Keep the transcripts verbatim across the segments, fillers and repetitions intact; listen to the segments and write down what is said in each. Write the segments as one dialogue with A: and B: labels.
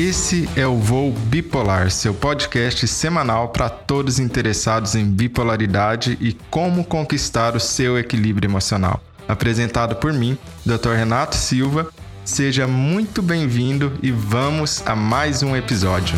A: Esse é o Voo Bipolar, seu podcast semanal para todos interessados em bipolaridade e como conquistar o seu equilíbrio emocional. Apresentado por mim, doutor Renato Silva. Seja muito bem-vindo e vamos a mais um episódio.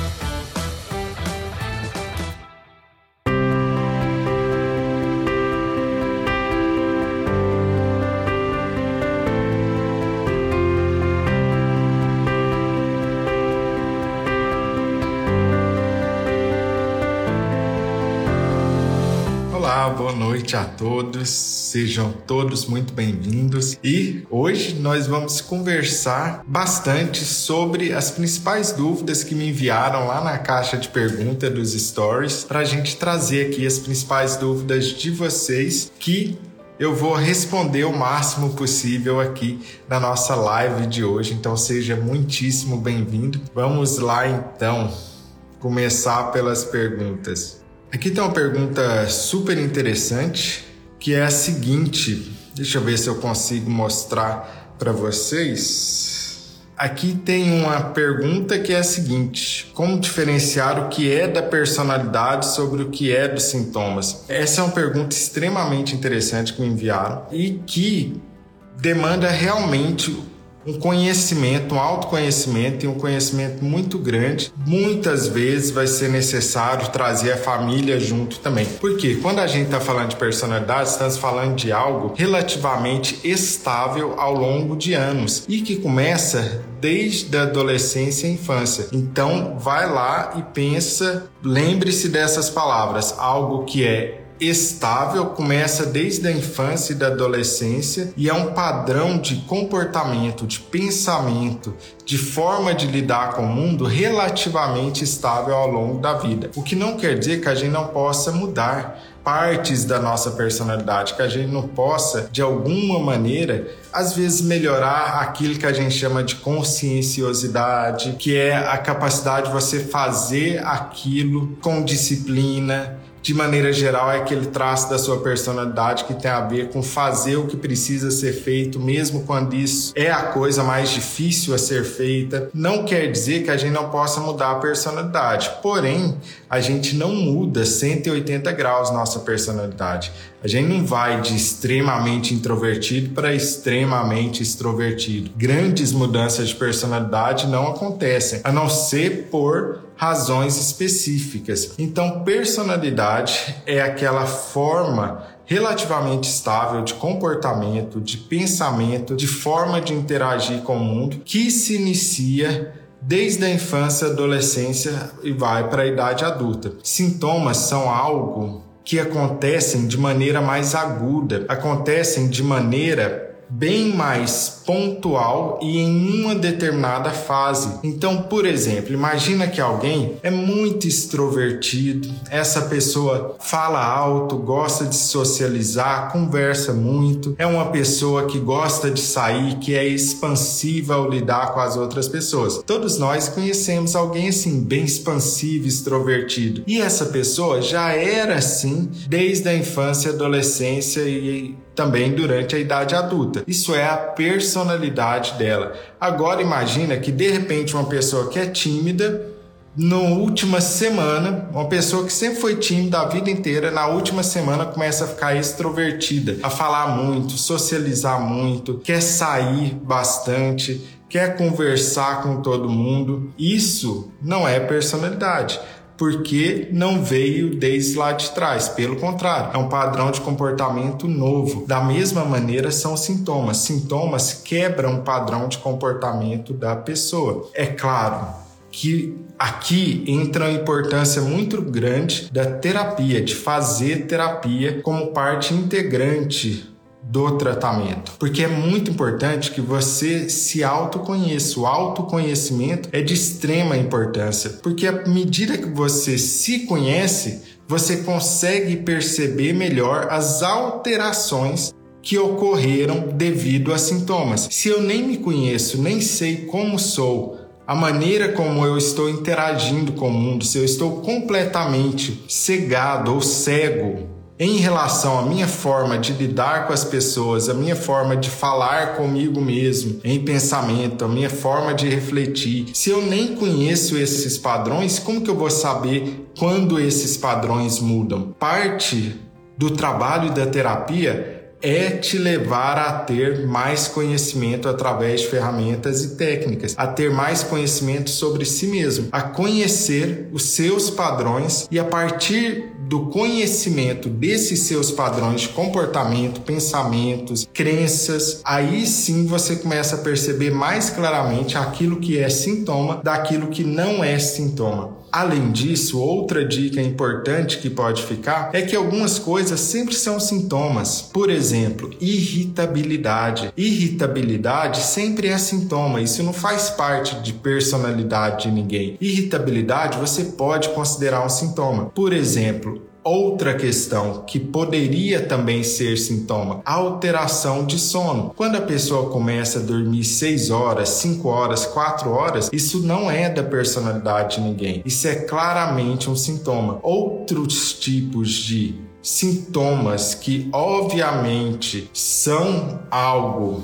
A: Boa noite a todos, sejam todos muito bem-vindos e hoje nós vamos conversar bastante sobre as principais dúvidas que me enviaram lá na caixa de perguntas dos stories para a gente trazer aqui as principais dúvidas de vocês que eu vou responder o máximo possível aqui na nossa live de hoje, então seja muitíssimo bem-vindo. Vamos lá então começar pelas perguntas. Aqui tem uma pergunta super interessante, que é a seguinte, deixa eu ver se eu consigo mostrar para vocês. Aqui tem uma pergunta que é a seguinte: como diferenciar o que é da personalidade sobre o que é dos sintomas? Essa é uma pergunta extremamente interessante que me enviaram e que demanda realmente um conhecimento, um autoconhecimento e um conhecimento muito grande. Muitas vezes vai ser necessário trazer a família junto também. Porque quando a gente está falando de personalidade, estamos falando de algo relativamente estável ao longo de anos e que começa desde a adolescência e infância. Então, vai lá e pensa, lembre-se dessas palavras, algo que é estável, começa desde a infância e da adolescência e é um padrão de comportamento, de pensamento, de forma de lidar com o mundo relativamente estável ao longo da vida. O que não quer dizer que a gente não possa mudar partes da nossa personalidade, que a gente não possa, de alguma maneira, às vezes melhorar aquilo que a gente chama de conscienciosidade, que é a capacidade de você fazer aquilo com disciplina. De maneira geral, é aquele traço da sua personalidade que tem a ver com fazer o que precisa ser feito, mesmo quando isso é a coisa mais difícil a ser feita. Não quer dizer que a gente não possa mudar a personalidade, porém, a gente não muda cento e oitenta graus nossa personalidade. A gente não vai de extremamente introvertido para extremamente extrovertido. Grandes mudanças de personalidade não acontecem, a não ser por razões específicas. Então, personalidade é aquela forma relativamente estável de comportamento, de pensamento, de forma de interagir com o mundo, que se inicia desde a infância, adolescência e vai para a idade adulta. Sintomas são algo que acontecem de maneira mais aguda, acontecem de maneira bem mais pontual e em uma determinada fase. Então, por exemplo, imagina que alguém é muito extrovertido, essa pessoa fala alto, gosta de socializar, conversa muito, é uma pessoa que gosta de sair, que é expansiva ao lidar com as outras pessoas. Todos nós conhecemos alguém assim, bem expansivo, extrovertido. E essa pessoa já era assim desde a infância, adolescência e também durante a idade adulta. Isso é a personalidade dela. Agora imagina que de repente uma pessoa que é tímida, na última semana, uma pessoa que sempre foi tímida a vida inteira, na última semana começa a ficar extrovertida, a falar muito, socializar muito, quer sair bastante, quer conversar com todo mundo. Isso não é personalidade, porque não veio desde lá de trás. Pelo contrário, é um padrão de comportamento novo. Da mesma maneira são sintomas. Sintomas quebram o padrão de comportamento da pessoa. É claro que aqui entra uma importância muito grande da terapia, de fazer terapia como parte integrante do tratamento, porque é muito importante que você se autoconheça. O autoconhecimento é de extrema importância, porque à medida que você se conhece, você consegue perceber melhor as alterações que ocorreram devido a sintomas. Se eu nem me conheço, nem sei como sou, a maneira como eu estou interagindo com o mundo, se eu estou completamente cegado ou cego em relação à minha forma de lidar com as pessoas, a minha forma de falar comigo mesmo em pensamento, a minha forma de refletir, se eu nem conheço esses padrões, como que eu vou saber quando esses padrões mudam? Parte do trabalho da terapia é te levar a ter mais conhecimento através de ferramentas e técnicas, a ter mais conhecimento sobre si mesmo, a conhecer os seus padrões e a partir do conhecimento desses seus padrões de comportamento, pensamentos, crenças, aí sim você começa a perceber mais claramente aquilo que é sintoma daquilo que não é sintoma. Além disso, outra dica importante que pode ficar é que algumas coisas sempre são sintomas. Por exemplo, irritabilidade. Irritabilidade sempre é sintoma, isso não faz parte de personalidade de ninguém. Irritabilidade você pode considerar um sintoma. Por exemplo, outra questão que poderia também ser sintoma, alteração de sono. Quando a pessoa começa a dormir seis horas, cinco horas, quatro horas, isso não é da personalidade de ninguém. Isso é claramente um sintoma. Outros tipos de sintomas que obviamente são algo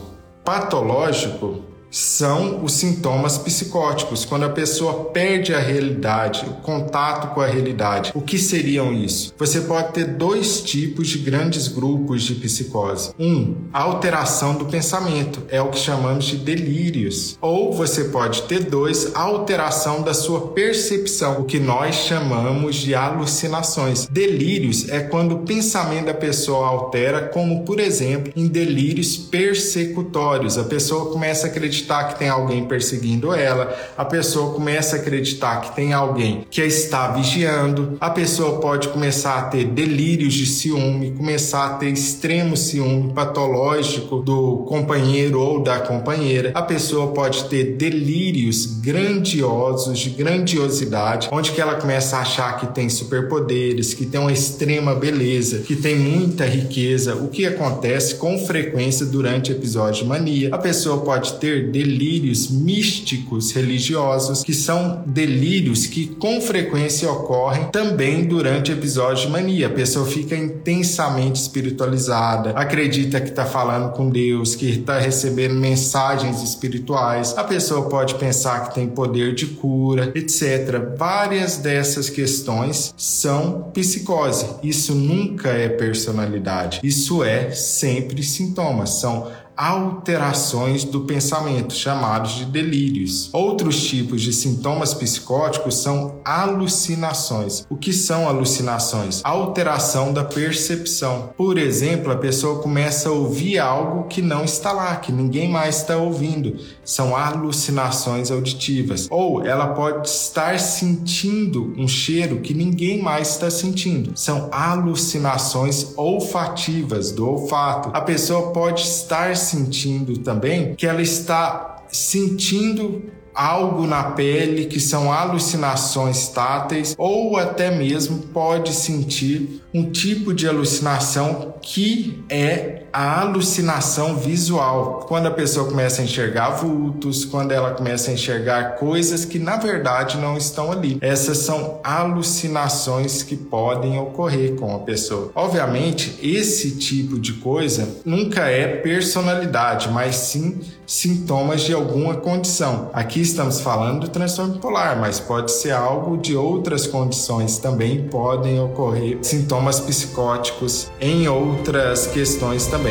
A: patológico são os sintomas psicóticos, quando a pessoa perde a realidade, o contato com a realidade. O que seriam isso? Você pode ter dois tipos de grandes grupos de psicose. Um, a alteração do pensamento, é o que chamamos de delírios. Ou você pode ter dois, a alteração da sua percepção, o que nós chamamos de alucinações. Delírios é quando o pensamento da pessoa altera, como por exemplo, em delírios persecutórios. A pessoa começa a acreditar que tem alguém perseguindo ela, a pessoa começa a acreditar que tem alguém que a está vigiando, a pessoa pode começar a ter delírios de ciúme, começar a ter extremo ciúme patológico do companheiro ou da companheira, a pessoa pode ter delírios grandiosos, de grandiosidade, onde que ela começa a achar que tem superpoderes, que tem uma extrema beleza, que tem muita riqueza, o que acontece com frequência durante episódios de mania. A pessoa pode ter delírios místicos religiosos, que são delírios que com frequência ocorrem também durante episódios de mania. A pessoa fica intensamente espiritualizada, acredita que está falando com Deus, que está recebendo mensagens espirituais. A pessoa pode pensar que tem poder de cura, etcétera. Várias dessas questões são psicose. Isso nunca é personalidade. Isso é sempre sintomas. São alterações do pensamento, chamados de delírios. Outros tipos de sintomas psicóticos são alucinações. O que são alucinações? Alteração da percepção. Por exemplo, a pessoa começa a ouvir algo que não está lá, que ninguém mais está ouvindo. São alucinações auditivas. Ou ela pode estar sentindo um cheiro que ninguém mais está sentindo. São alucinações olfativas, do olfato. A pessoa pode estar sentindo também que ela está sentindo algo na pele, que são alucinações táteis, ou até mesmo pode sentir um tipo de alucinação que é a alucinação visual, quando a pessoa começa a enxergar vultos, quando ela começa a enxergar coisas que na verdade não estão ali. Essas são alucinações que podem ocorrer com a pessoa. Obviamente, esse tipo de coisa nunca é personalidade, mas sim sintomas de alguma condição. Aqui estamos falando do transtorno bipolar, mas pode ser algo de outras condições também, podem ocorrer sintomas psicóticos em outras questões também.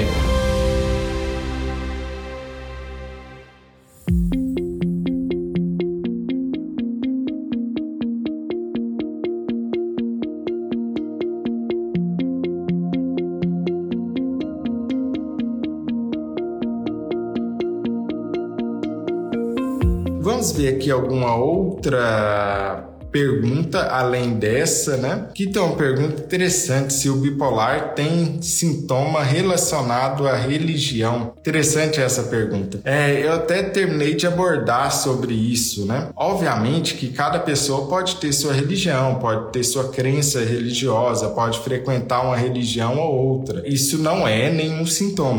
A: Vamos ver aqui alguma outra pergunta além dessa, né? Aqui tem uma pergunta interessante, se o bipolar tem sintoma relacionado à religião. Interessante essa pergunta. É, eu até terminei de abordar sobre isso, né? Obviamente que cada pessoa pode ter sua religião, pode ter sua crença religiosa, pode frequentar uma religião ou outra. Isso não é nenhum sintoma.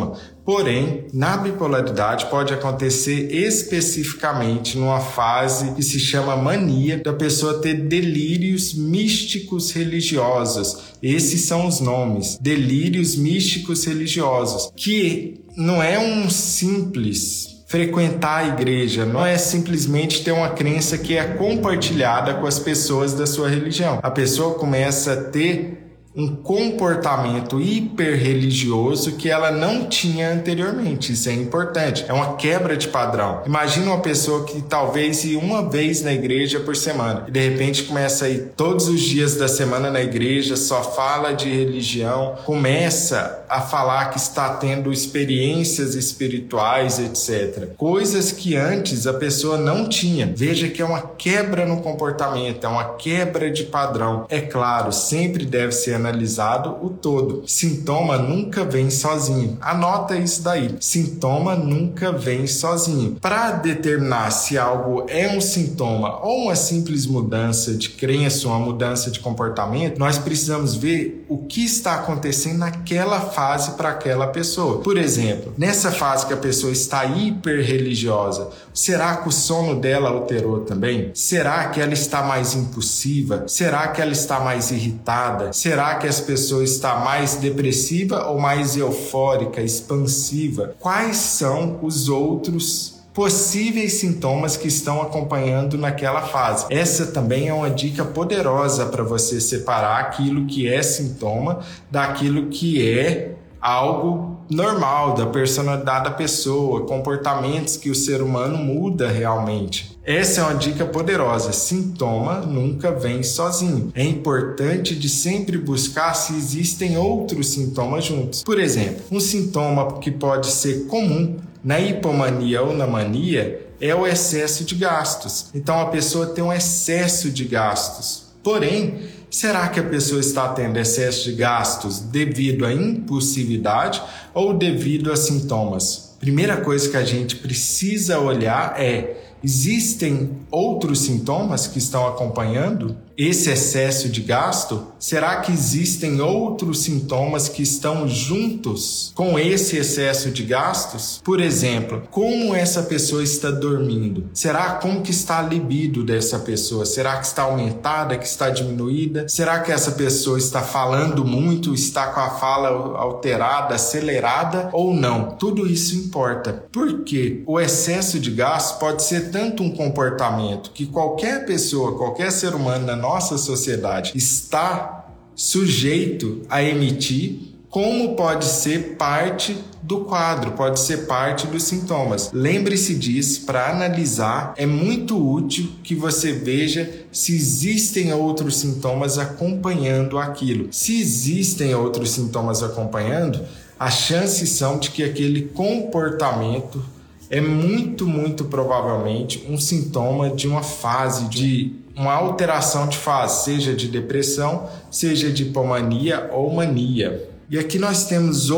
A: Porém, na bipolaridade pode acontecer especificamente numa fase que se chama mania, da pessoa ter delírios místicos religiosos. Esses são os nomes, delírios místicos religiosos, que não é um simples frequentar a igreja, não é simplesmente ter uma crença que é compartilhada com as pessoas da sua religião. A pessoa começa a ter um comportamento hiperreligioso que ela não tinha anteriormente. Isso é importante. É uma quebra de padrão. Imagina uma pessoa que talvez ia uma vez na igreja por semana e de repente começa a ir todos os dias da semana na igreja, só fala de religião, começa a falar que está tendo experiências espirituais, etcétera. Coisas que antes a pessoa não tinha. Veja que é uma quebra no comportamento, é uma quebra de padrão. É claro, sempre deve ser analisado o todo. Sintoma nunca vem sozinho. Anota isso daí. Sintoma nunca vem sozinho. Para determinar se algo é um sintoma ou uma simples mudança de crença, uma mudança de comportamento, nós precisamos ver o que está acontecendo naquela fase para aquela pessoa. Por exemplo, nessa fase que a pessoa está hiper religiosa, será que o sono dela alterou também? Será que ela está mais impulsiva? Será que ela está mais irritada? Será que essa pessoa está mais depressiva ou mais eufórica, expansiva? Quais são os outros possíveis sintomas que estão acompanhando naquela fase? Essa também é uma dica poderosa para você separar aquilo que é sintoma daquilo que é algo normal da personalidade da pessoa, comportamentos que o ser humano muda realmente. Essa é uma dica poderosa. Sintoma nunca vem sozinho. É importante de sempre buscar se existem outros sintomas juntos. Por exemplo, um sintoma que pode ser comum na hipomania ou na mania é o excesso de gastos. Então a pessoa tem um excesso de gastos. Porém, será que a pessoa está tendo excesso de gastos devido à impulsividade ou devido a sintomas? Primeira coisa que a gente precisa olhar é: existem outros sintomas que estão acompanhando esse excesso de gasto? Será que existem outros sintomas que estão juntos com esse excesso de gastos? Por exemplo, como essa pessoa está dormindo? Será como que está a libido dessa pessoa? Será que está aumentada, que está diminuída? Será que essa pessoa está falando muito, está com a fala alterada, acelerada ou não? Tudo isso importa. Porque o excesso de gasto pode ser tanto um comportamento que qualquer pessoa, qualquer ser humano na nossa sociedade está sujeito a emitir, como pode ser parte do quadro, pode ser parte dos sintomas. Lembre-se disso. Para analisar, é muito útil que você veja se existem outros sintomas acompanhando aquilo. Se existem outros sintomas acompanhando, as chances são de que aquele comportamento é muito, muito provavelmente um sintoma de uma fase, de uma alteração de fase, seja de depressão, seja de hipomania ou mania. E aqui nós temos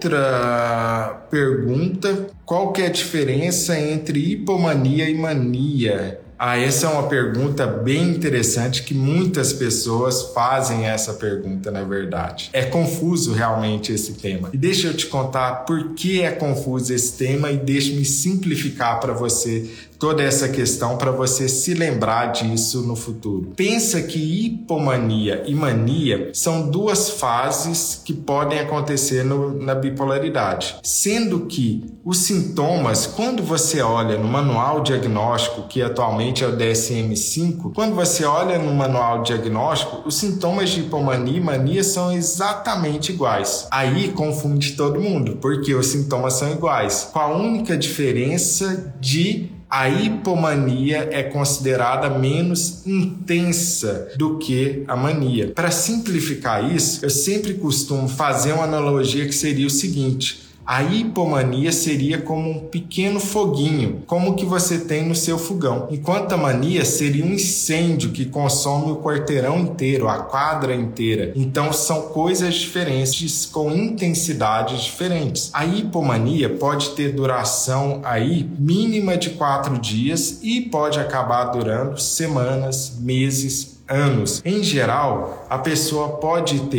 A: outra pergunta: qual que é a diferença entre hipomania e mania? Ah, essa é uma pergunta bem interessante que muitas pessoas fazem essa pergunta, na verdade. É confuso realmente esse tema. E deixa eu te contar por que é confuso esse tema e deixa-me simplificar para você toda essa questão para você se lembrar disso no futuro. Pensa que hipomania e mania são duas fases que podem acontecer no, na bipolaridade, sendo que os sintomas, quando você olha no manual diagnóstico, que atualmente é o D S M cinco, quando você olha no manual diagnóstico, os sintomas de hipomania e mania são exatamente iguais. Aí confunde todo mundo, porque os sintomas são iguais, com a única diferença de a hipomania é considerada menos intensa do que a mania. Para simplificar isso, eu sempre costumo fazer uma analogia que seria o seguinte: a hipomania seria como um pequeno foguinho, como o que você tem no seu fogão, enquanto a mania seria um incêndio que consome o quarteirão inteiro, a quadra inteira. Então são coisas diferentes, com intensidades diferentes. A hipomania pode ter duração aí mínima de quatro dias e pode acabar durando semanas, meses, anos. Em geral, a pessoa pode ter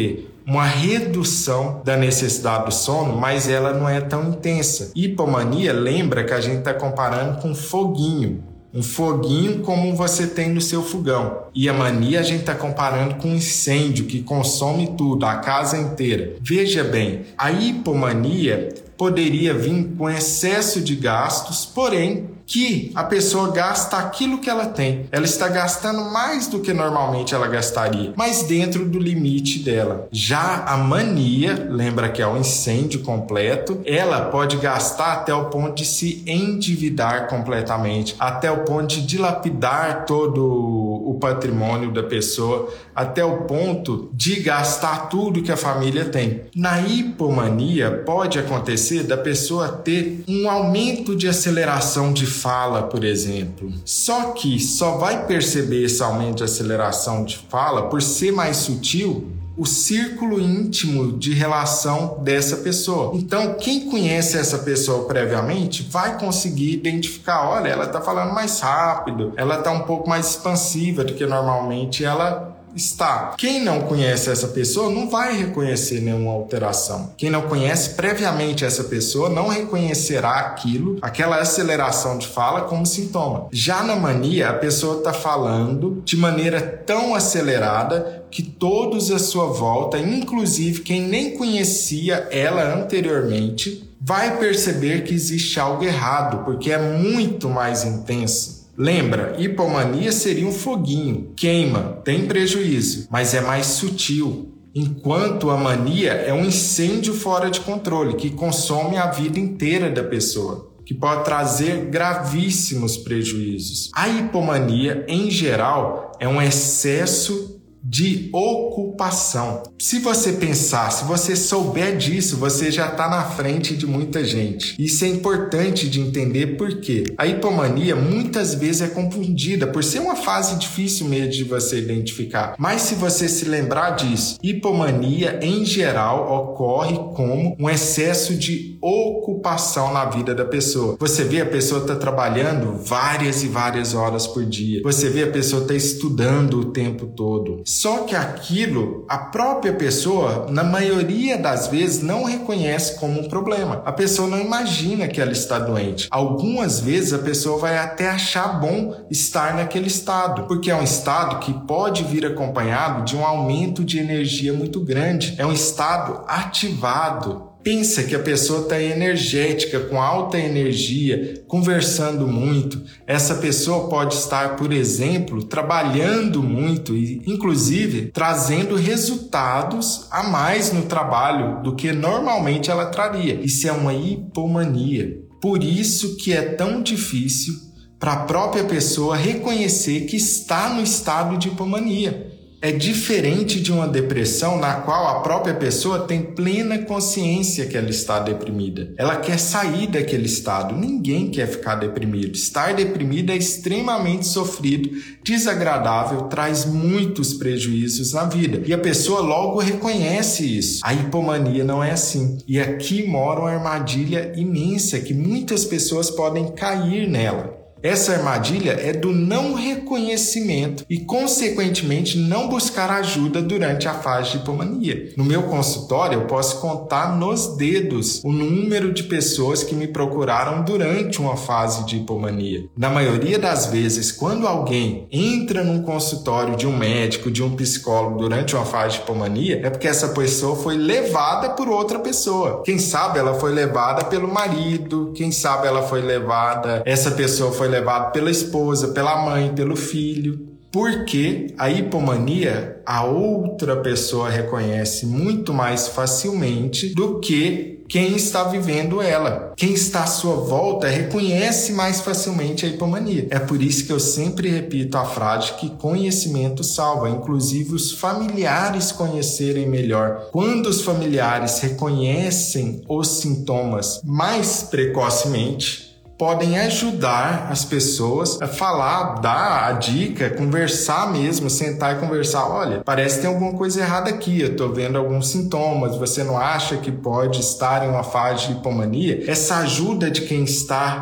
A: uma redução da necessidade do sono, mas ela não é tão intensa. Hipomania, lembra que a gente está comparando com foguinho. Um foguinho como você tem no seu fogão. E a mania a gente está comparando com um incêndio que consome tudo, a casa inteira. Veja bem, a hipomania poderia vir com excesso de gastos, porém que a pessoa gasta aquilo que ela tem. Ela está gastando mais do que normalmente ela gastaria, mas dentro do limite dela. Já a mania, lembra que é o incêndio completo, ela pode gastar até o ponto de se endividar completamente, até o ponto de dilapidar todo o patrimônio da pessoa, até o ponto de gastar tudo que a família tem. Na hipomania, pode acontecer da pessoa ter um aumento de aceleração de fala, por exemplo. Só que só vai perceber esse aumento de aceleração de fala por ser mais sutil o círculo íntimo de relação dessa pessoa. Então, quem conhece essa pessoa previamente vai conseguir identificar, olha, ela está falando mais rápido, ela está um pouco mais expansiva do que normalmente ela está. Quem não conhece essa pessoa não vai reconhecer nenhuma alteração. Quem não conhece previamente essa pessoa não reconhecerá aquilo, aquela aceleração de fala como sintoma. Já na mania, a pessoa está falando de maneira tão acelerada que todos à sua volta, inclusive quem nem conhecia ela anteriormente, vai perceber que existe algo errado, porque é muito mais intenso. Lembra, hipomania seria um foguinho, queima, tem prejuízo, mas é mais sutil. Enquanto a mania é um incêndio fora de controle, que consome a vida inteira da pessoa, que pode trazer gravíssimos prejuízos. A hipomania, em geral, é um excesso de ocupação. Se você pensar, se você souber disso, você já está na frente de muita gente. Isso é importante de entender por quê. A hipomania muitas vezes é confundida por ser uma fase difícil mesmo de você identificar. Mas se você se lembrar disso, hipomania em geral ocorre como um excesso de ocupação na vida da pessoa. Você vê a pessoa está trabalhando várias e várias horas por dia. Você vê a pessoa está estudando o tempo todo. Só que aquilo, a própria pessoa, na maioria das vezes, não reconhece como um problema. A pessoa não imagina que ela está doente. Algumas vezes a pessoa vai até achar bom estar naquele estado, porque é um estado que pode vir acompanhado de um aumento de energia muito grande. É um estado ativado. Pensa que a pessoa está energética, com alta energia, conversando muito. Essa pessoa pode estar, por exemplo, trabalhando muito e, inclusive, trazendo resultados a mais no trabalho do que normalmente ela traria. Isso é uma hipomania. Por isso que é tão difícil para a própria pessoa reconhecer que está no estado de hipomania. É diferente de uma depressão na qual a própria pessoa tem plena consciência que ela está deprimida. Ela quer sair daquele estado. Ninguém quer ficar deprimido. Estar deprimido é extremamente sofrido, desagradável, traz muitos prejuízos na vida. E a pessoa logo reconhece isso. A hipomania não é assim. E aqui mora uma armadilha imensa que muitas pessoas podem cair nela. Essa armadilha é do não reconhecimento e, consequentemente, não buscar ajuda durante a fase de hipomania. No meu consultório, eu posso contar nos dedos o número de pessoas que me procuraram durante uma fase de hipomania. Na maioria das vezes, quando alguém entra num consultório de um médico, de um psicólogo durante uma fase de hipomania, é porque essa pessoa foi levada por outra pessoa. Quem sabe ela foi levada pelo marido, quem sabe ela foi levada, essa pessoa foi levada pela esposa, pela mãe, pelo filho. Porque a hipomania, a outra pessoa reconhece muito mais facilmente do que quem está vivendo ela. Quem está à sua volta reconhece mais facilmente a hipomania. É por isso que eu sempre repito a frase que conhecimento salva, inclusive os familiares conhecerem melhor. Quando os familiares reconhecem os sintomas mais precocemente, podem ajudar as pessoas a falar, dar a dica, conversar mesmo, sentar e conversar. Olha, parece que tem alguma coisa errada aqui, eu estou vendo alguns sintomas, você não acha que pode estar em uma fase de hipomania? Essa ajuda de quem está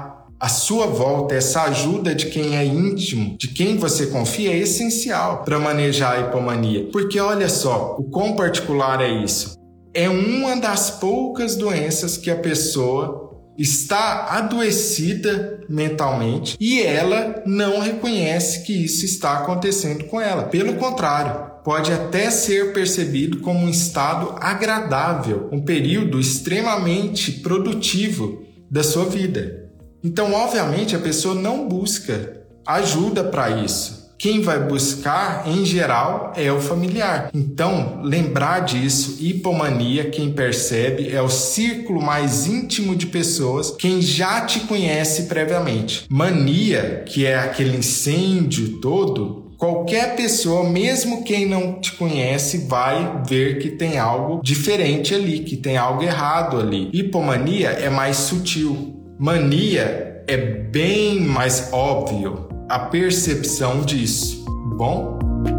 A: a sua volta, essa ajuda de quem é íntimo, de quem você confia, é essencial para manejar a hipomania. Porque olha só, o quão particular é isso. É uma das poucas doenças que a pessoa está adoecida mentalmente e ela não reconhece que isso está acontecendo com ela. Pelo contrário, pode até ser percebido como um estado agradável, um período extremamente produtivo da sua vida. Então, obviamente, a pessoa não busca ajuda para isso. Quem vai buscar, em geral, é o familiar. Então, lembrar disso, hipomania, quem percebe, é o círculo mais íntimo de pessoas, quem já te conhece previamente. Mania, que é aquele incêndio todo, qualquer pessoa, mesmo quem não te conhece, vai ver que tem algo diferente ali, que tem algo errado ali. Hipomania é mais sutil. Mania é bem mais óbvio a percepção disso. Bom?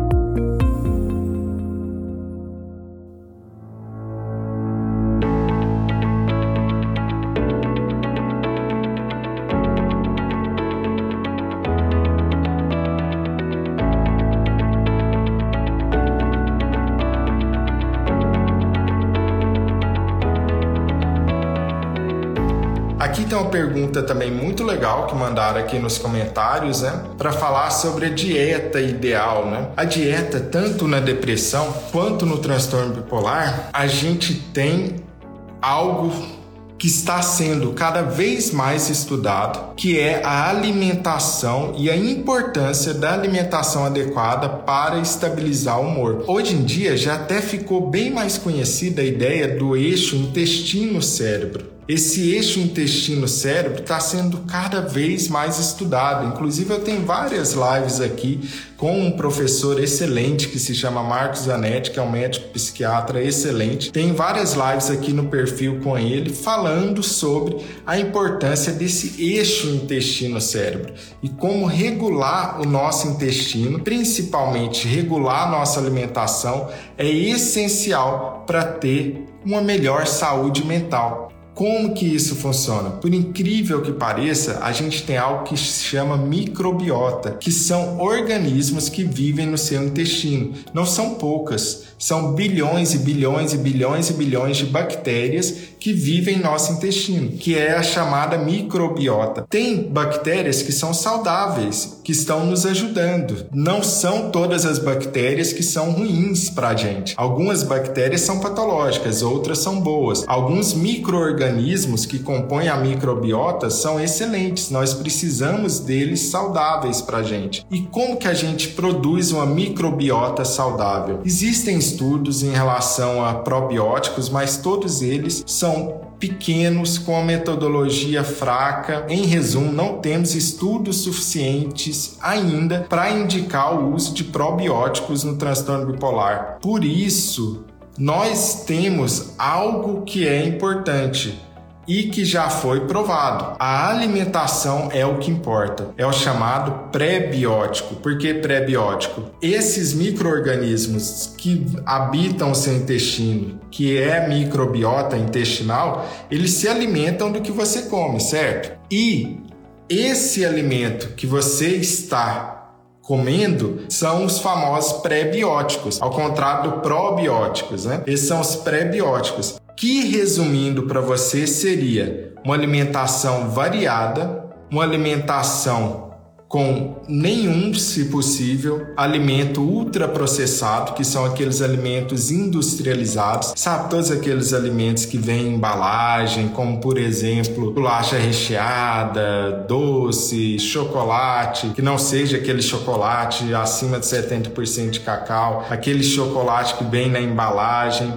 A: Aqui tem uma pergunta também muito legal que mandaram aqui nos comentários, né? Para falar sobre a dieta ideal, né? A dieta, tanto na depressão quanto no transtorno bipolar, a gente tem algo que está sendo cada vez mais estudado, que é a alimentação e a importância da alimentação adequada para estabilizar o humor. Hoje em dia já até ficou bem mais conhecida a ideia do eixo intestino-cérebro. Esse eixo intestino-cérebro está sendo cada vez mais estudado. Inclusive, eu tenho várias lives aqui com um professor excelente que se chama Marcos Zanetti, que é um médico psiquiatra excelente. Tem várias lives aqui no perfil com ele falando sobre a importância desse eixo intestino-cérebro e como regular o nosso intestino, principalmente regular a nossa alimentação, é essencial para ter uma melhor saúde mental. Como que isso funciona? Por incrível que pareça, a gente tem algo que se chama microbiota, que são organismos que vivem no seu intestino. Não são poucas, são bilhões e bilhões e bilhões e bilhões de bactérias que vivem em nosso intestino, que é a chamada microbiota. Tem bactérias que são saudáveis, que estão nos ajudando. Não são todas as bactérias que são ruins para a gente. Algumas bactérias são patológicas, outras são boas. Alguns micro-organismos organismos que compõem a microbiota são excelentes, nós precisamos deles saudáveis para a gente. E como que a gente produz uma microbiota saudável? Existem estudos em relação a probióticos, mas todos eles são pequenos, com a metodologia fraca. Em resumo, não temos estudos suficientes ainda para indicar o uso de probióticos no transtorno bipolar. Por isso, nós temos algo que é importante e que já foi provado. A alimentação é o que importa. É o chamado pré-biótico. Por que pré-biótico? Esses micro-organismos que habitam o seu intestino, que é a microbiota intestinal, eles se alimentam do que você come, certo? E esse alimento que você está comendo são os famosos pré-bióticos, ao contrário do probióticos, né? Esses são os pré-bióticos, que, resumindo para você, seria uma alimentação variada, uma alimentação com nenhum, se possível, alimento ultraprocessado, que são aqueles alimentos industrializados, sabe, todos aqueles alimentos que vêm em embalagem, como, por exemplo, bolacha recheada, doce, chocolate, que não seja aquele chocolate acima de setenta por cento de cacau, aquele chocolate que vem na embalagem,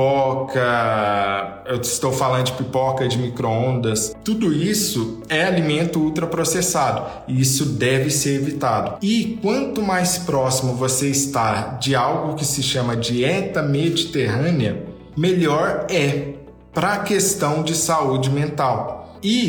A: pipoca, eu estou falando de pipoca de micro-ondas, tudo isso é alimento ultraprocessado, e isso deve deve ser evitado. E quanto mais próximo você está de algo que se chama dieta mediterrânea, melhor é para a questão de saúde mental. E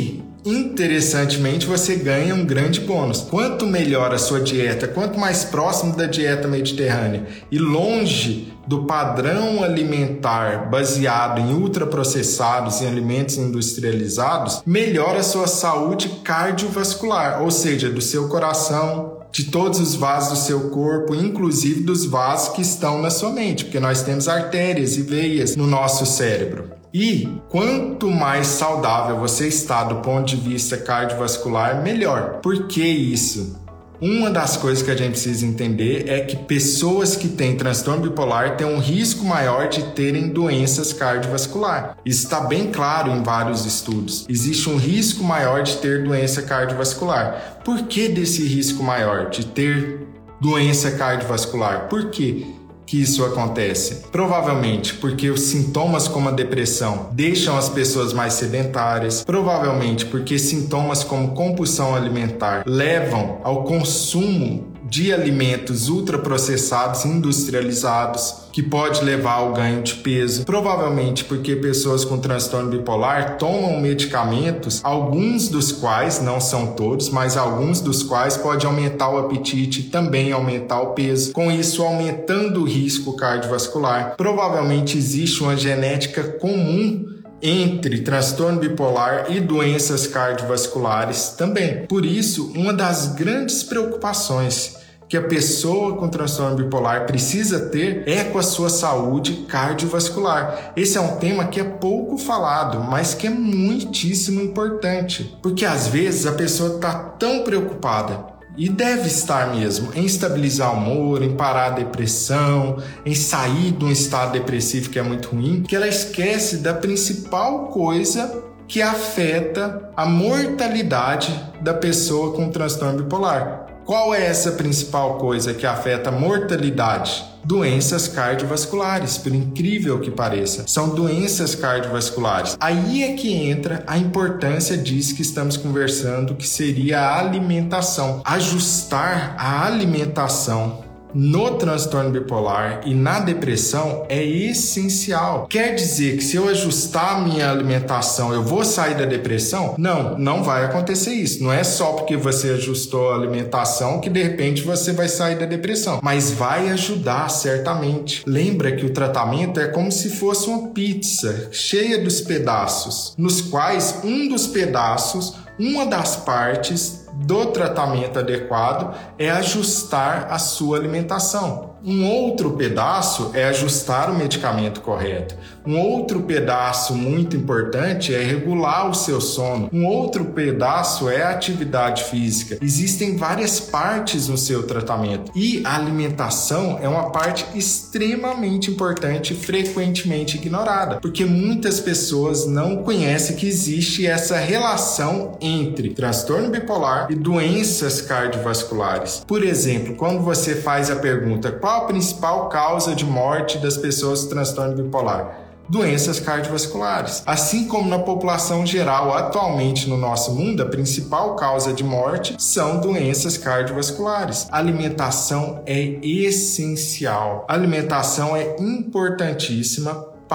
A: interessantemente, você ganha um grande bônus. Quanto melhor a sua dieta, quanto mais próximo da dieta mediterrânea e longe do padrão alimentar baseado em ultraprocessados e alimentos industrializados, melhor a sua saúde cardiovascular, ou seja, do seu coração, de todos os vasos do seu corpo, inclusive dos vasos que estão na sua mente, porque nós temos artérias e veias no nosso cérebro. E quanto mais saudável você está do ponto de vista cardiovascular, melhor. Por que isso? Uma das coisas que a gente precisa entender é que pessoas que têm transtorno bipolar têm um risco maior de terem doenças cardiovasculares. Isso está bem claro em vários estudos. Existe um risco maior de ter doença cardiovascular. Por que desse risco maior de ter doença cardiovascular? Por quê que isso acontece? Provavelmente porque os sintomas como a depressão deixam as pessoas mais sedentárias, provavelmente porque sintomas como compulsão alimentar levam ao consumo de alimentos ultraprocessados industrializados, que pode levar ao ganho de peso, provavelmente porque pessoas com transtorno bipolar tomam medicamentos, alguns dos quais, não são todos, mas alguns dos quais pode aumentar o apetite e também aumentar o peso, com isso aumentando o risco cardiovascular. Provavelmente existe uma genética comum entre transtorno bipolar e doenças cardiovasculares também. Por isso, uma das grandes preocupações que a pessoa com transtorno bipolar precisa ter é com a sua saúde cardiovascular. Esse é um tema que é pouco falado, mas que é muitíssimo importante, porque às vezes a pessoa está tão preocupada, e deve estar mesmo, em estabilizar o humor, em parar a depressão, em sair de um estado depressivo que é muito ruim, que ela esquece da principal coisa que afeta a mortalidade da pessoa com transtorno bipolar. Qual é essa principal coisa que afeta a mortalidade? Doenças cardiovasculares, por incrível que pareça. São doenças cardiovasculares. Aí é que entra a importância disso que estamos conversando, que seria a alimentação. Ajustar a alimentação no transtorno bipolar e na depressão é essencial. Quer dizer que se eu ajustar a minha alimentação, eu vou sair da depressão? Não, não vai acontecer isso. Não é só porque você ajustou a alimentação que de repente você vai sair da depressão, mas vai ajudar certamente. Lembra que o tratamento é como se fosse uma pizza cheia dos pedaços, nos quais um dos pedaços, uma das partes do tratamento adequado é ajustar a sua alimentação. Um outro pedaço é ajustar o medicamento correto. Um outro pedaço muito importante é regular o seu sono. Um outro pedaço é a atividade física. Existem várias partes no seu tratamento e a alimentação é uma parte extremamente importante e frequentemente ignorada, porque muitas pessoas não conhecem que existe essa relação entre transtorno bipolar e doenças cardiovasculares. Por exemplo, quando você faz a pergunta qual a principal causa de morte das pessoas com transtorno bipolar? Doenças cardiovasculares. Assim como na população geral, atualmente no nosso mundo, a principal causa de morte são doenças cardiovasculares. A alimentação é essencial. A alimentação é importantíssima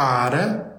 A: para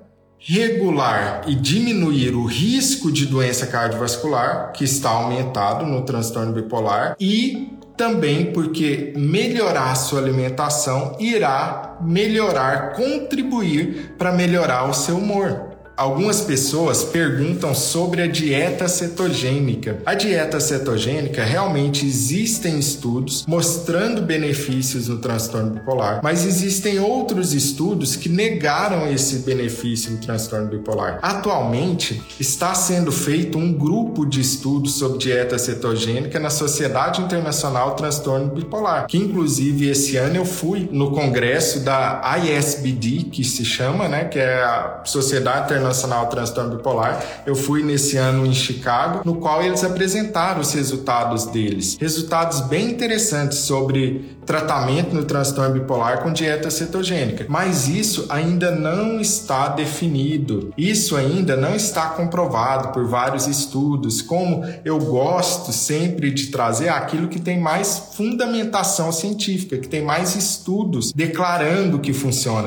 A: regular e diminuir o risco de doença cardiovascular, que está aumentado no transtorno bipolar, e também porque melhorar a sua alimentação irá melhorar, contribuir para melhorar o seu humor. Algumas pessoas perguntam sobre a dieta cetogênica. A dieta cetogênica, realmente existem estudos mostrando benefícios no transtorno bipolar, mas existem outros estudos que negaram esse benefício no transtorno bipolar. Atualmente, está sendo feito um grupo de estudos sobre dieta cetogênica na Sociedade Internacional do Transtorno Bipolar, que inclusive esse ano eu fui no congresso da I S B D, que se chama, né, que é a Sociedade Internacional Nacional Transtorno Bipolar. Eu fui nesse ano em Chicago, no qual eles apresentaram os resultados deles. Resultados bem interessantes sobre tratamento no transtorno bipolar com dieta cetogênica. Mas isso ainda não está definido. Isso ainda não está comprovado por vários estudos. Como eu gosto sempre de trazer aquilo que tem mais fundamentação científica, que tem mais estudos declarando que funciona.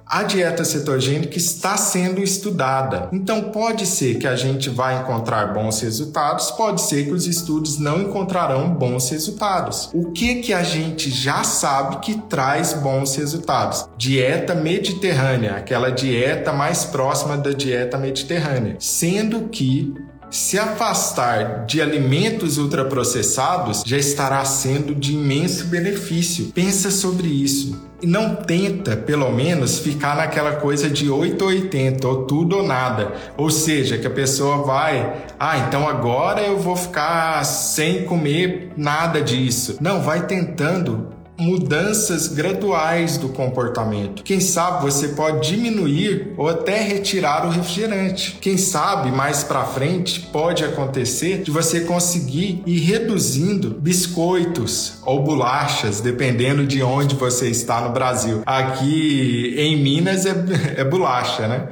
A: a dieta cetogênica está sendo estudada. Então pode ser que a gente vai encontrar bons resultados, pode ser que os estudos não encontrarão bons resultados. O que que a gente já sabe que traz bons resultados? Dieta mediterrânea, aquela dieta mais próxima da dieta mediterrânea, sendo que se afastar de alimentos ultraprocessados já estará sendo de imenso benefício. Pensa sobre isso. E não tenta, pelo menos, ficar naquela coisa de oito ou oitenta, ou tudo ou nada. Ou seja, que a pessoa vai, ah, então agora eu vou ficar sem comer nada disso. Não, vai tentando mudanças graduais do comportamento. Quem sabe você pode diminuir ou até retirar o refrigerante. Quem sabe mais para frente pode acontecer de você conseguir ir reduzindo biscoitos ou bolachas, dependendo de onde você está no Brasil. Aqui em Minas é, é bolacha, né?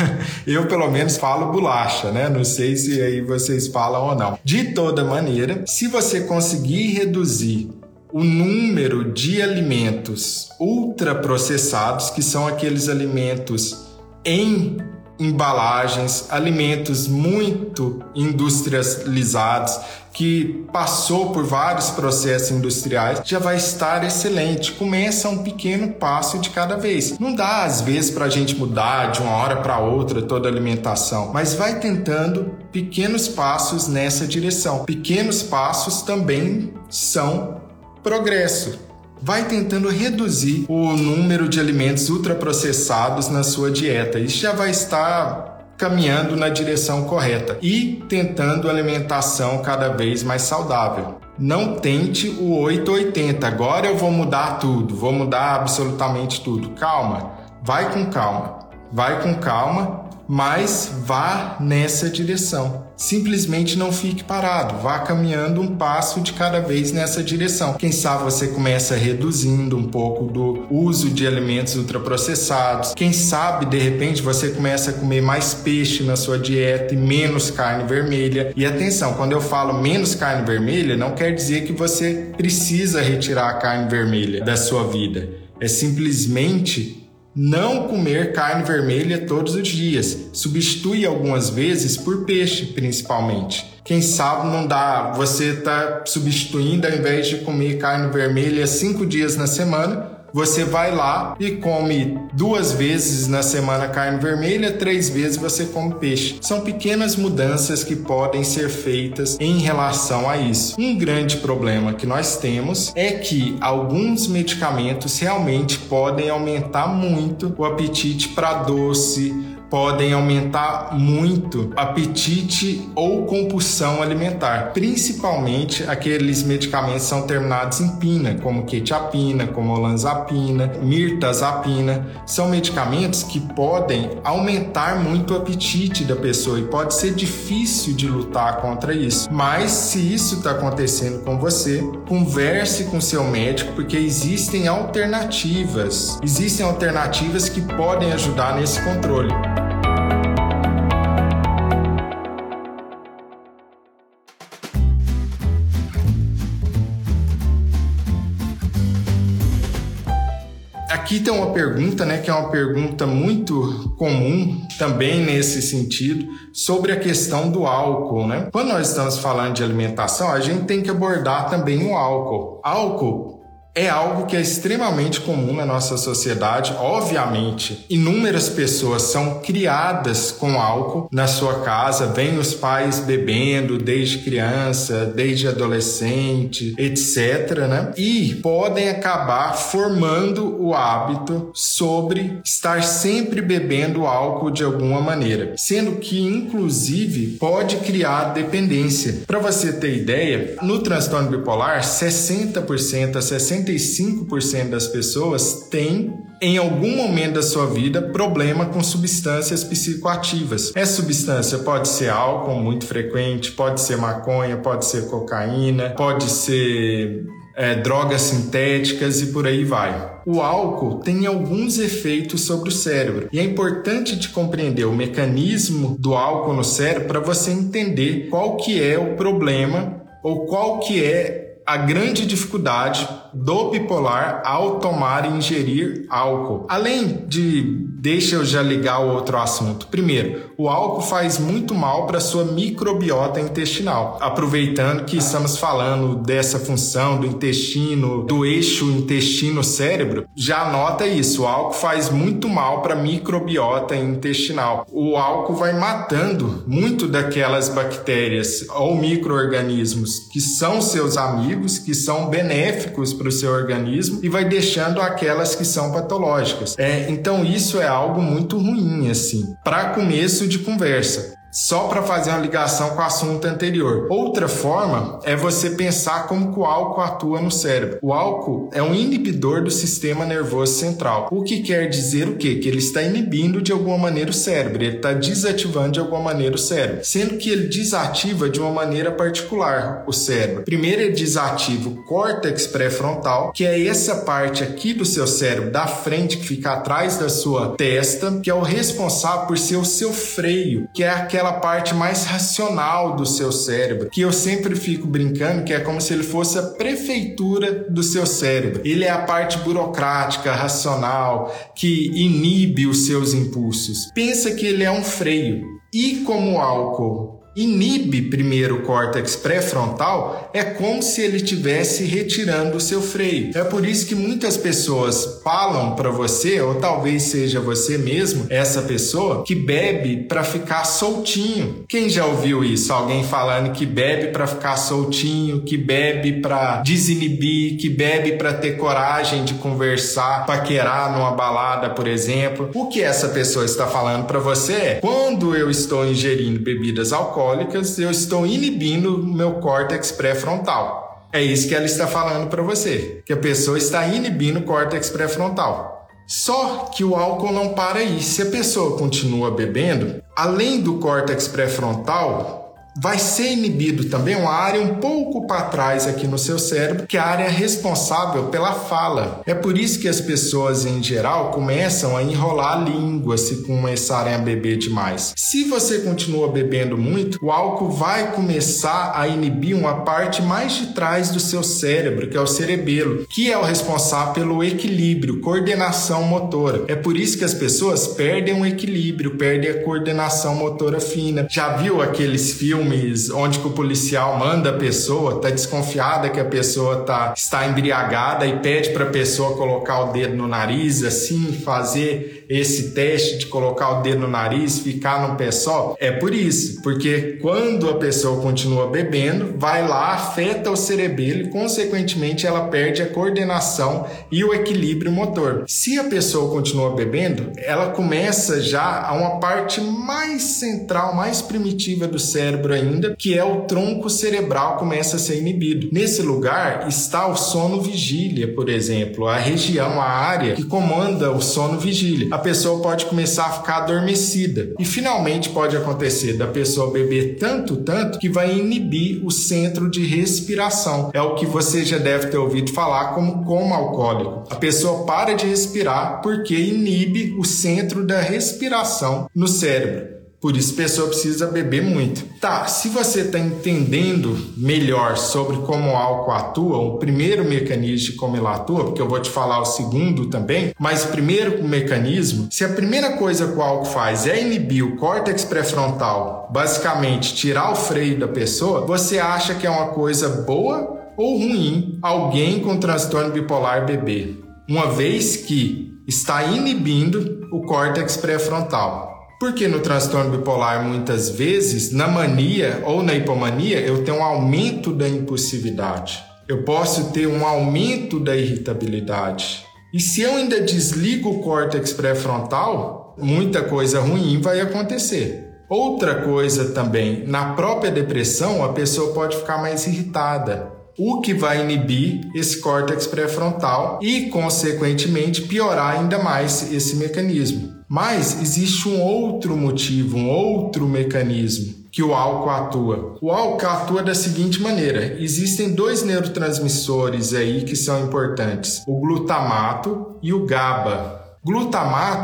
A: Eu pelo menos falo bolacha, né? Não sei se aí vocês falam ou não. De toda maneira, se você conseguir reduzir o número de alimentos ultraprocessados, que são aqueles alimentos em embalagens, alimentos muito industrializados, que passou por vários processos industriais, já vai estar excelente. Começa um pequeno passo de cada vez. Não dá, às vezes, para a gente mudar de uma hora para outra toda a alimentação, mas vai tentando pequenos passos nessa direção. Pequenos passos também são progresso. Vai tentando reduzir o número de alimentos ultraprocessados na sua dieta. Isso já vai estar caminhando na direção correta e tentando alimentação cada vez mais saudável. Não tente o oito ou oitenta. Agora eu vou mudar tudo, vou mudar absolutamente tudo. Calma, vai com calma. Vai com calma, mas vá nessa direção. Simplesmente não fique parado, vá caminhando um passo de cada vez nessa direção. Quem sabe você começa reduzindo um pouco do uso de alimentos ultraprocessados. Quem sabe, de repente, você começa a comer mais peixe na sua dieta e menos carne vermelha. E atenção, quando eu falo menos carne vermelha, não quer dizer que você precisa retirar a carne vermelha da sua vida. É simplesmente não comer carne vermelha todos os dias. Substitui algumas vezes por peixe, principalmente. Quem sabe não dá, você está substituindo, ao invés de comer carne vermelha cinco dias na semana, você vai lá e come duas vezes na semana carne vermelha, três vezes você come peixe. São pequenas mudanças que podem ser feitas em relação a isso. Um grande problema que nós temos é que alguns medicamentos realmente podem aumentar muito o apetite para doce, podem aumentar muito apetite ou compulsão alimentar, principalmente aqueles medicamentos que são terminados em pina, como quetiapina, como olanzapina, mirtazapina. São medicamentos que podem aumentar muito o apetite da pessoa e pode ser difícil de lutar contra isso. Mas se isso está acontecendo com você, converse com seu médico, porque existem alternativas. Existem alternativas que podem ajudar nesse controle. Aqui tem uma pergunta, né, que é uma pergunta muito comum também nesse sentido, sobre a questão do álcool, né? Quando nós estamos falando de alimentação, a gente tem que abordar também o álcool. Álcool é algo que é extremamente comum na nossa sociedade. Obviamente, inúmeras pessoas são criadas com álcool na sua casa, vêm os pais bebendo desde criança, desde adolescente, etcétera, né? E podem acabar formando o hábito sobre estar sempre bebendo álcool de alguma maneira, sendo que, inclusive, pode criar dependência. Para você ter ideia, no transtorno bipolar, sessenta por cento a sessenta e cinco por cento das pessoas têm, em algum momento da sua vida, problema com substâncias psicoativas. Essa substância pode ser álcool muito frequente, pode ser maconha, pode ser cocaína, pode ser é, drogas sintéticas e por aí vai. O álcool tem alguns efeitos sobre o cérebro e é importante de compreender o mecanismo do álcool no cérebro para você entender qual que é o problema ou qual que é a grande dificuldade do bipolar ao tomar e ingerir álcool. Além de, deixa eu já ligar o outro assunto. Primeiro, o álcool faz muito mal para a sua microbiota intestinal. Aproveitando que estamos falando dessa função do intestino, do eixo intestino-cérebro, já anota isso, o álcool faz muito mal para a microbiota intestinal. O álcool vai matando muito daquelas bactérias ou micro-organismos que são seus amigos, que são benéficos para o seu organismo e vai deixando aquelas que são patológicas. É, então isso é algo muito ruim, assim, para começo de conversa. Só para fazer uma ligação com o assunto anterior. Outra forma é você pensar como que o álcool atua no cérebro. O álcool é um inibidor do sistema nervoso central. O que quer dizer o quê? Que ele está inibindo de alguma maneira o cérebro, ele está desativando de alguma maneira o cérebro, sendo que ele desativa de uma maneira particular o cérebro. Primeiro ele desativa o córtex pré-frontal, que é essa parte aqui do seu cérebro, da frente, que fica atrás da sua testa, que é o responsável por ser o seu freio, que é aquela parte mais racional do seu cérebro, que eu sempre fico brincando que é como se ele fosse a prefeitura do seu cérebro. Ele é a parte burocrática, racional, que inibe os seus impulsos. Pensa que ele é um freio. E como o álcool inibe primeiro o córtex pré-frontal, é como se ele estivesse retirando o seu freio. É por isso que muitas pessoas falam para você, ou talvez seja você mesmo, essa pessoa, que bebe para ficar soltinho. Quem já ouviu isso? Alguém falando que bebe para ficar soltinho, que bebe para desinibir, que bebe para ter coragem de conversar, paquerar numa balada, por exemplo. O que essa pessoa está falando para você é: quando eu estou ingerindo bebidas alcoólicas, eu estou inibindo o meu córtex pré-frontal. É isso que ela está falando para você, que a pessoa está inibindo o córtex pré-frontal. Só que o álcool não para aí. Se a pessoa continua bebendo, além do córtex pré-frontal, vai ser inibido também uma área um pouco para trás aqui no seu cérebro, que é a área responsável pela fala. É por isso que as pessoas, em geral, começam a enrolar a língua se começarem a beber demais. Se você continua bebendo muito, o álcool vai começar a inibir uma parte mais de trás do seu cérebro, que é o cerebelo, que é o responsável pelo equilíbrio, coordenação motora. É por isso que as pessoas perdem o equilíbrio, perdem a coordenação motora fina. Já viu aqueles filmes onde que o policial manda a pessoa, tá desconfiada que a pessoa tá, está embriagada e pede para a pessoa colocar o dedo no nariz, assim, fazer esse teste de colocar o dedo no nariz, ficar no pé só? É por isso, porque quando a pessoa continua bebendo, vai lá, afeta o cerebelo e, consequentemente, ela perde a coordenação e o equilíbrio motor. Se a pessoa continua bebendo, ela começa já a uma parte mais central, mais primitiva do cérebro ainda, que é o tronco cerebral, começa a ser inibido. Nesse lugar está o sono vigília, por exemplo, a região, a área que comanda o sono vigília. A pessoa pode começar a ficar adormecida e finalmente pode acontecer da pessoa beber tanto, tanto que vai inibir o centro de respiração. É o que você já deve ter ouvido falar como coma alcoólico. A pessoa para de respirar porque inibe o centro da respiração no cérebro. Por isso a pessoa precisa beber muito. Tá, se você está entendendo melhor sobre como o álcool atua, o primeiro mecanismo de como ele atua, porque eu vou te falar o segundo também, mas o primeiro mecanismo, se a primeira coisa que o álcool faz é inibir o córtex pré-frontal, basicamente tirar o freio da pessoa, você acha que é uma coisa boa ou ruim alguém com transtorno bipolar beber, uma vez que está inibindo o córtex pré-frontal. Porque no transtorno bipolar, muitas vezes, na mania ou na hipomania, eu tenho um aumento da impulsividade. Eu posso ter um aumento da irritabilidade. E se eu ainda desligo o córtex pré-frontal, muita coisa ruim vai acontecer. Outra coisa também, na própria depressão, a pessoa pode ficar mais irritada, o que vai inibir esse córtex pré-frontal e, consequentemente, piorar ainda mais esse mecanismo. Mas existe um outro motivo, um outro mecanismo que o álcool atua. O álcool atua da seguinte maneira: existem dois neurotransmissores aí que são importantes, o glutamato e o GABA. Glutamato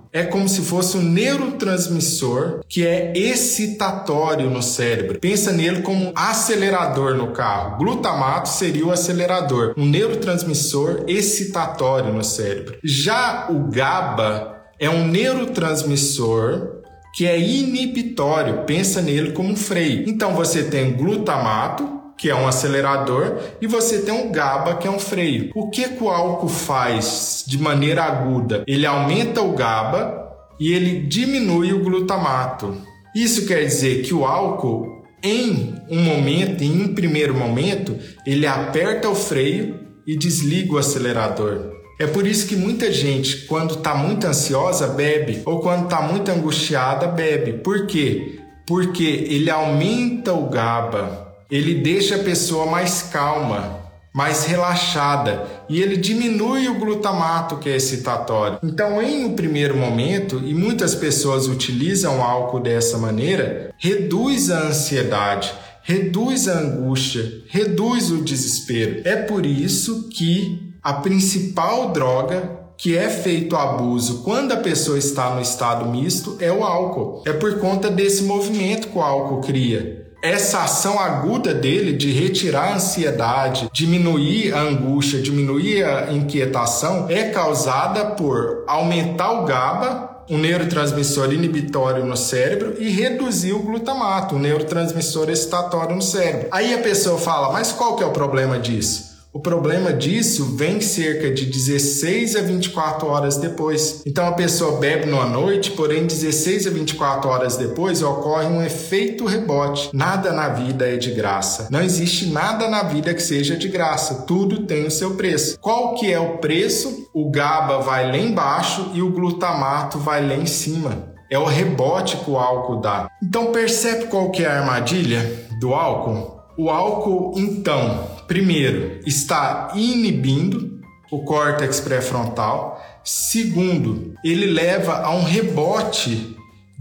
A: é como se fosse um neurotransmissor que é excitatório no cérebro. Pensa nele como um acelerador no carro. Glutamato seria o acelerador, um neurotransmissor excitatório no cérebro. Já o GABA é um neurotransmissor que é inibitório. Pensa nele como um freio. Então você tem glutamato, que é um acelerador, e você tem um GABA, que é um freio. O que, que o álcool faz de maneira aguda? Ele aumenta o GABA e ele diminui o glutamato. Isso quer dizer que o álcool, em um momento, em um primeiro momento, ele aperta o freio e desliga o acelerador. É por isso que muita gente, quando está muito ansiosa, bebe, ou quando está muito angustiada, bebe. Por quê? Porque ele aumenta o GABA. Ele deixa a pessoa mais calma, mais relaxada, e ele diminui o glutamato, que é excitatório. Então, em um primeiro momento, e muitas pessoas utilizam o álcool dessa maneira, reduz a ansiedade, reduz a angústia, reduz o desespero. É por isso que a principal droga que é feito abuso quando a pessoa está no estado misto é o álcool. É por conta desse movimento que o álcool cria. Essa ação aguda dele de retirar a ansiedade, diminuir a angústia, diminuir a inquietação, é causada por aumentar o GABA, um neurotransmissor inibitório no cérebro, e reduzir o glutamato, um neurotransmissor excitatório no cérebro. Aí a pessoa fala, mas qual que é o problema disso? O problema disso vem cerca de dezesseis a vinte e quatro horas depois. Então a pessoa bebe numa noite, porém dezesseis a vinte e quatro horas depois ocorre um efeito rebote. Nada na vida é de graça. Não existe nada na vida que seja de graça. Tudo tem o seu preço. Qual que é o preço? O GABA vai lá embaixo e o glutamato vai lá em cima. É o rebote que o álcool dá. Então percebe qual que é a armadilha do álcool? O álcool, então, primeiro, está inibindo o córtex pré-frontal. Segundo, ele leva a um rebote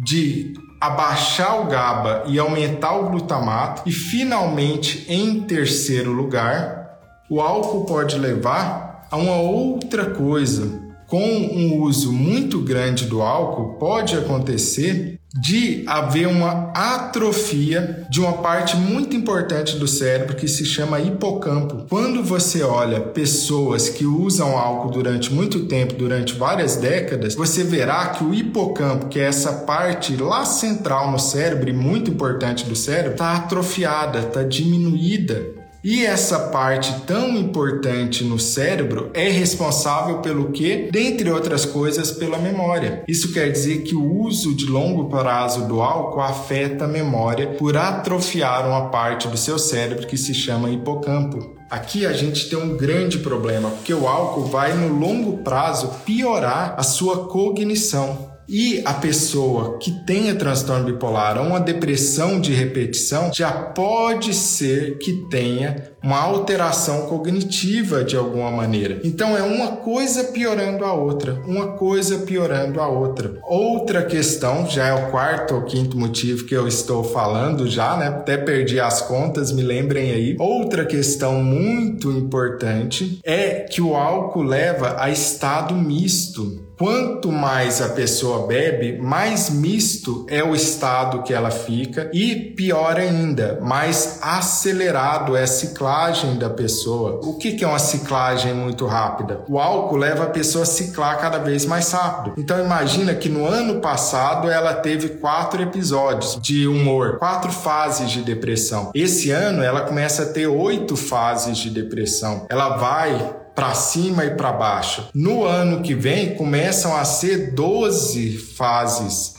A: de abaixar o GABA e aumentar o glutamato. E, finalmente, em terceiro lugar, o álcool pode levar a uma outra coisa. Com um uso muito grande do álcool, pode acontecer de haver uma atrofia de uma parte muito importante do cérebro que se chama hipocampo. Quando você olha pessoas que usam álcool durante muito tempo, durante várias décadas, você verá que o hipocampo, que é essa parte lá central no cérebro e muito importante do cérebro, está atrofiada, está diminuída. E essa parte tão importante no cérebro é responsável pelo quê? Dentre outras coisas, pela memória. Isso quer dizer que o uso de longo prazo do álcool afeta a memória por atrofiar uma parte do seu cérebro que se chama hipocampo. Aqui a gente tem um grande problema, porque o álcool vai no longo prazo piorar a sua cognição. E a pessoa que tenha transtorno bipolar ou uma depressão de repetição já pode ser que tenha uma alteração cognitiva de alguma maneira. Então é uma coisa piorando a outra, uma coisa piorando a outra. Outra questão, já é o quarto ou quinto motivo que eu estou falando já, né? Até perdi as contas, me lembrem aí. Outra questão muito importante é que o álcool leva a estado misto. Quanto mais a pessoa bebe, mais misto é o estado que ela fica e, pior ainda, mais acelerado é a ciclagem da pessoa. O que é uma ciclagem muito rápida? O álcool leva a pessoa a ciclar cada vez mais rápido. Então imagina que no ano passado ela teve quatro episódios de humor, quatro fases de depressão. Esse ano ela começa a ter oito fases de depressão. Ela vai para cima e para baixo. No ano que vem, começam a ser doze fases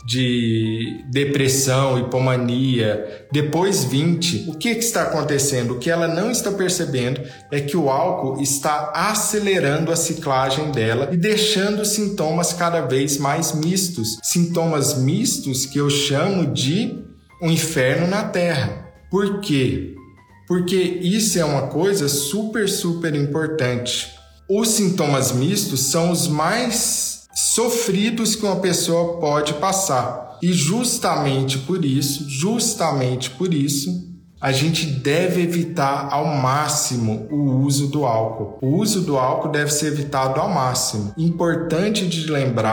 A: de depressão, hipomania, depois vinte. O que, que está acontecendo? O que ela não está percebendo é que o álcool está acelerando a ciclagem dela e deixando os sintomas cada vez mais mistos. Sintomas mistos que eu chamo de um inferno na Terra. Por quê? Porque isso é uma coisa super, super importante. Os sintomas mistos são os mais sofridos que uma pessoa pode passar. E justamente por isso, justamente por isso, a gente deve evitar ao máximo o uso do álcool. O uso do álcool deve ser evitado ao máximo. Importante de lembrar,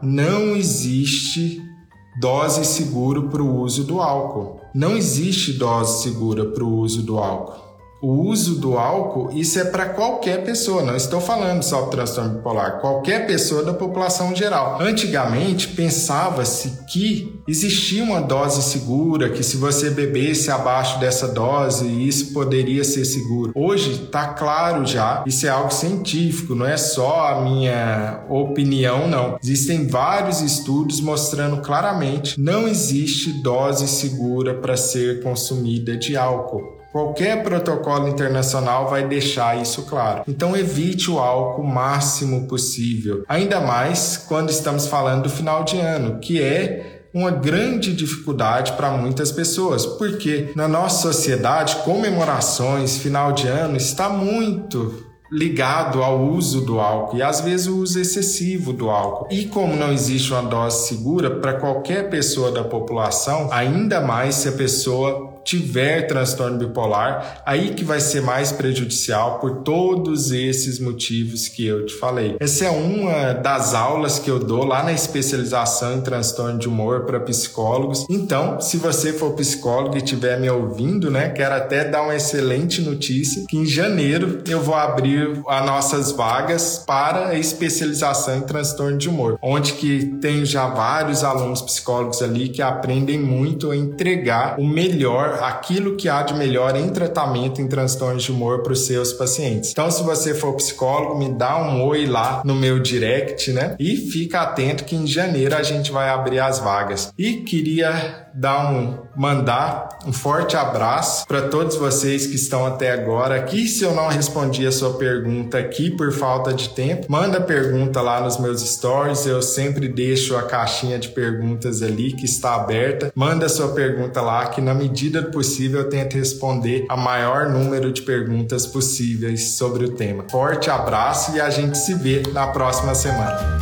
A: não existe dose segura para o uso do álcool. Não existe dose segura para o uso do álcool. O uso do álcool, isso é para qualquer pessoa, não estou falando só para transtorno bipolar, qualquer pessoa da população geral. Antigamente, pensava-se que existia uma dose segura, que se você bebesse abaixo dessa dose, isso poderia ser seguro. Hoje está claro já, isso é algo científico, não é só a minha opinião, não. Existem vários estudos mostrando claramente que não existe dose segura para ser consumida de álcool. Qualquer protocolo internacional vai deixar isso claro. Então evite o álcool o máximo possível. Ainda mais quando estamos falando do final de ano, que é uma grande dificuldade para muitas pessoas, porque na nossa sociedade, comemorações, final de ano, está muito ligado ao uso do álcool e às vezes o uso excessivo do álcool. E como não existe uma dose segura para qualquer pessoa da população, ainda mais se a pessoa tiver transtorno bipolar, aí que vai ser mais prejudicial por todos esses motivos que eu te falei. Essa é uma das aulas que eu dou lá na especialização em transtorno de humor para psicólogos. Então, se você for psicólogo e estiver me ouvindo, né, quero até dar uma excelente notícia, que em janeiro eu vou abrir as nossas vagas para a especialização em transtorno de humor, onde que tem já vários alunos psicólogos ali que aprendem muito a entregar o melhor, aquilo que há de melhor em tratamento em transtornos de humor para os seus pacientes. Então, se você for psicólogo, me dá um oi lá no meu direct, né? E fica atento que em janeiro a gente vai abrir as vagas. E queria dar um, mandar um forte abraço para todos vocês que estão até agora aqui. Se eu não respondi a sua pergunta aqui por falta de tempo, manda pergunta lá nos meus stories. Eu sempre deixo a caixinha de perguntas ali que está aberta. Manda sua pergunta lá que na medida do possível eu tento responder a maior número de perguntas possíveis sobre o tema. Forte abraço e a gente se vê na próxima semana.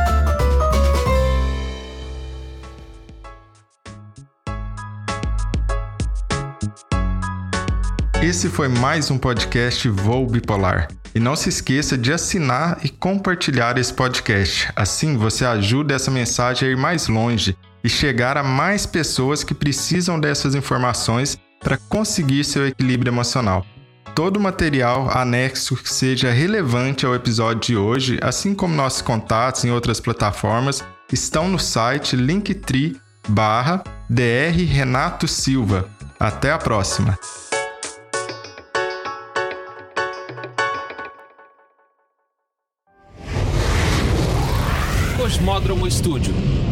A: Esse foi mais um podcast Voo Bipolar. E não se esqueça de assinar e compartilhar esse podcast. Assim você ajuda essa mensagem a ir mais longe e chegar a mais pessoas que precisam dessas informações para conseguir seu equilíbrio emocional. Todo material anexo que seja relevante ao episódio de hoje, assim como nossos contatos em outras plataformas, estão no site linktree barra dr Renato Silva. Até a próxima!
B: Cosmódromo Estúdio.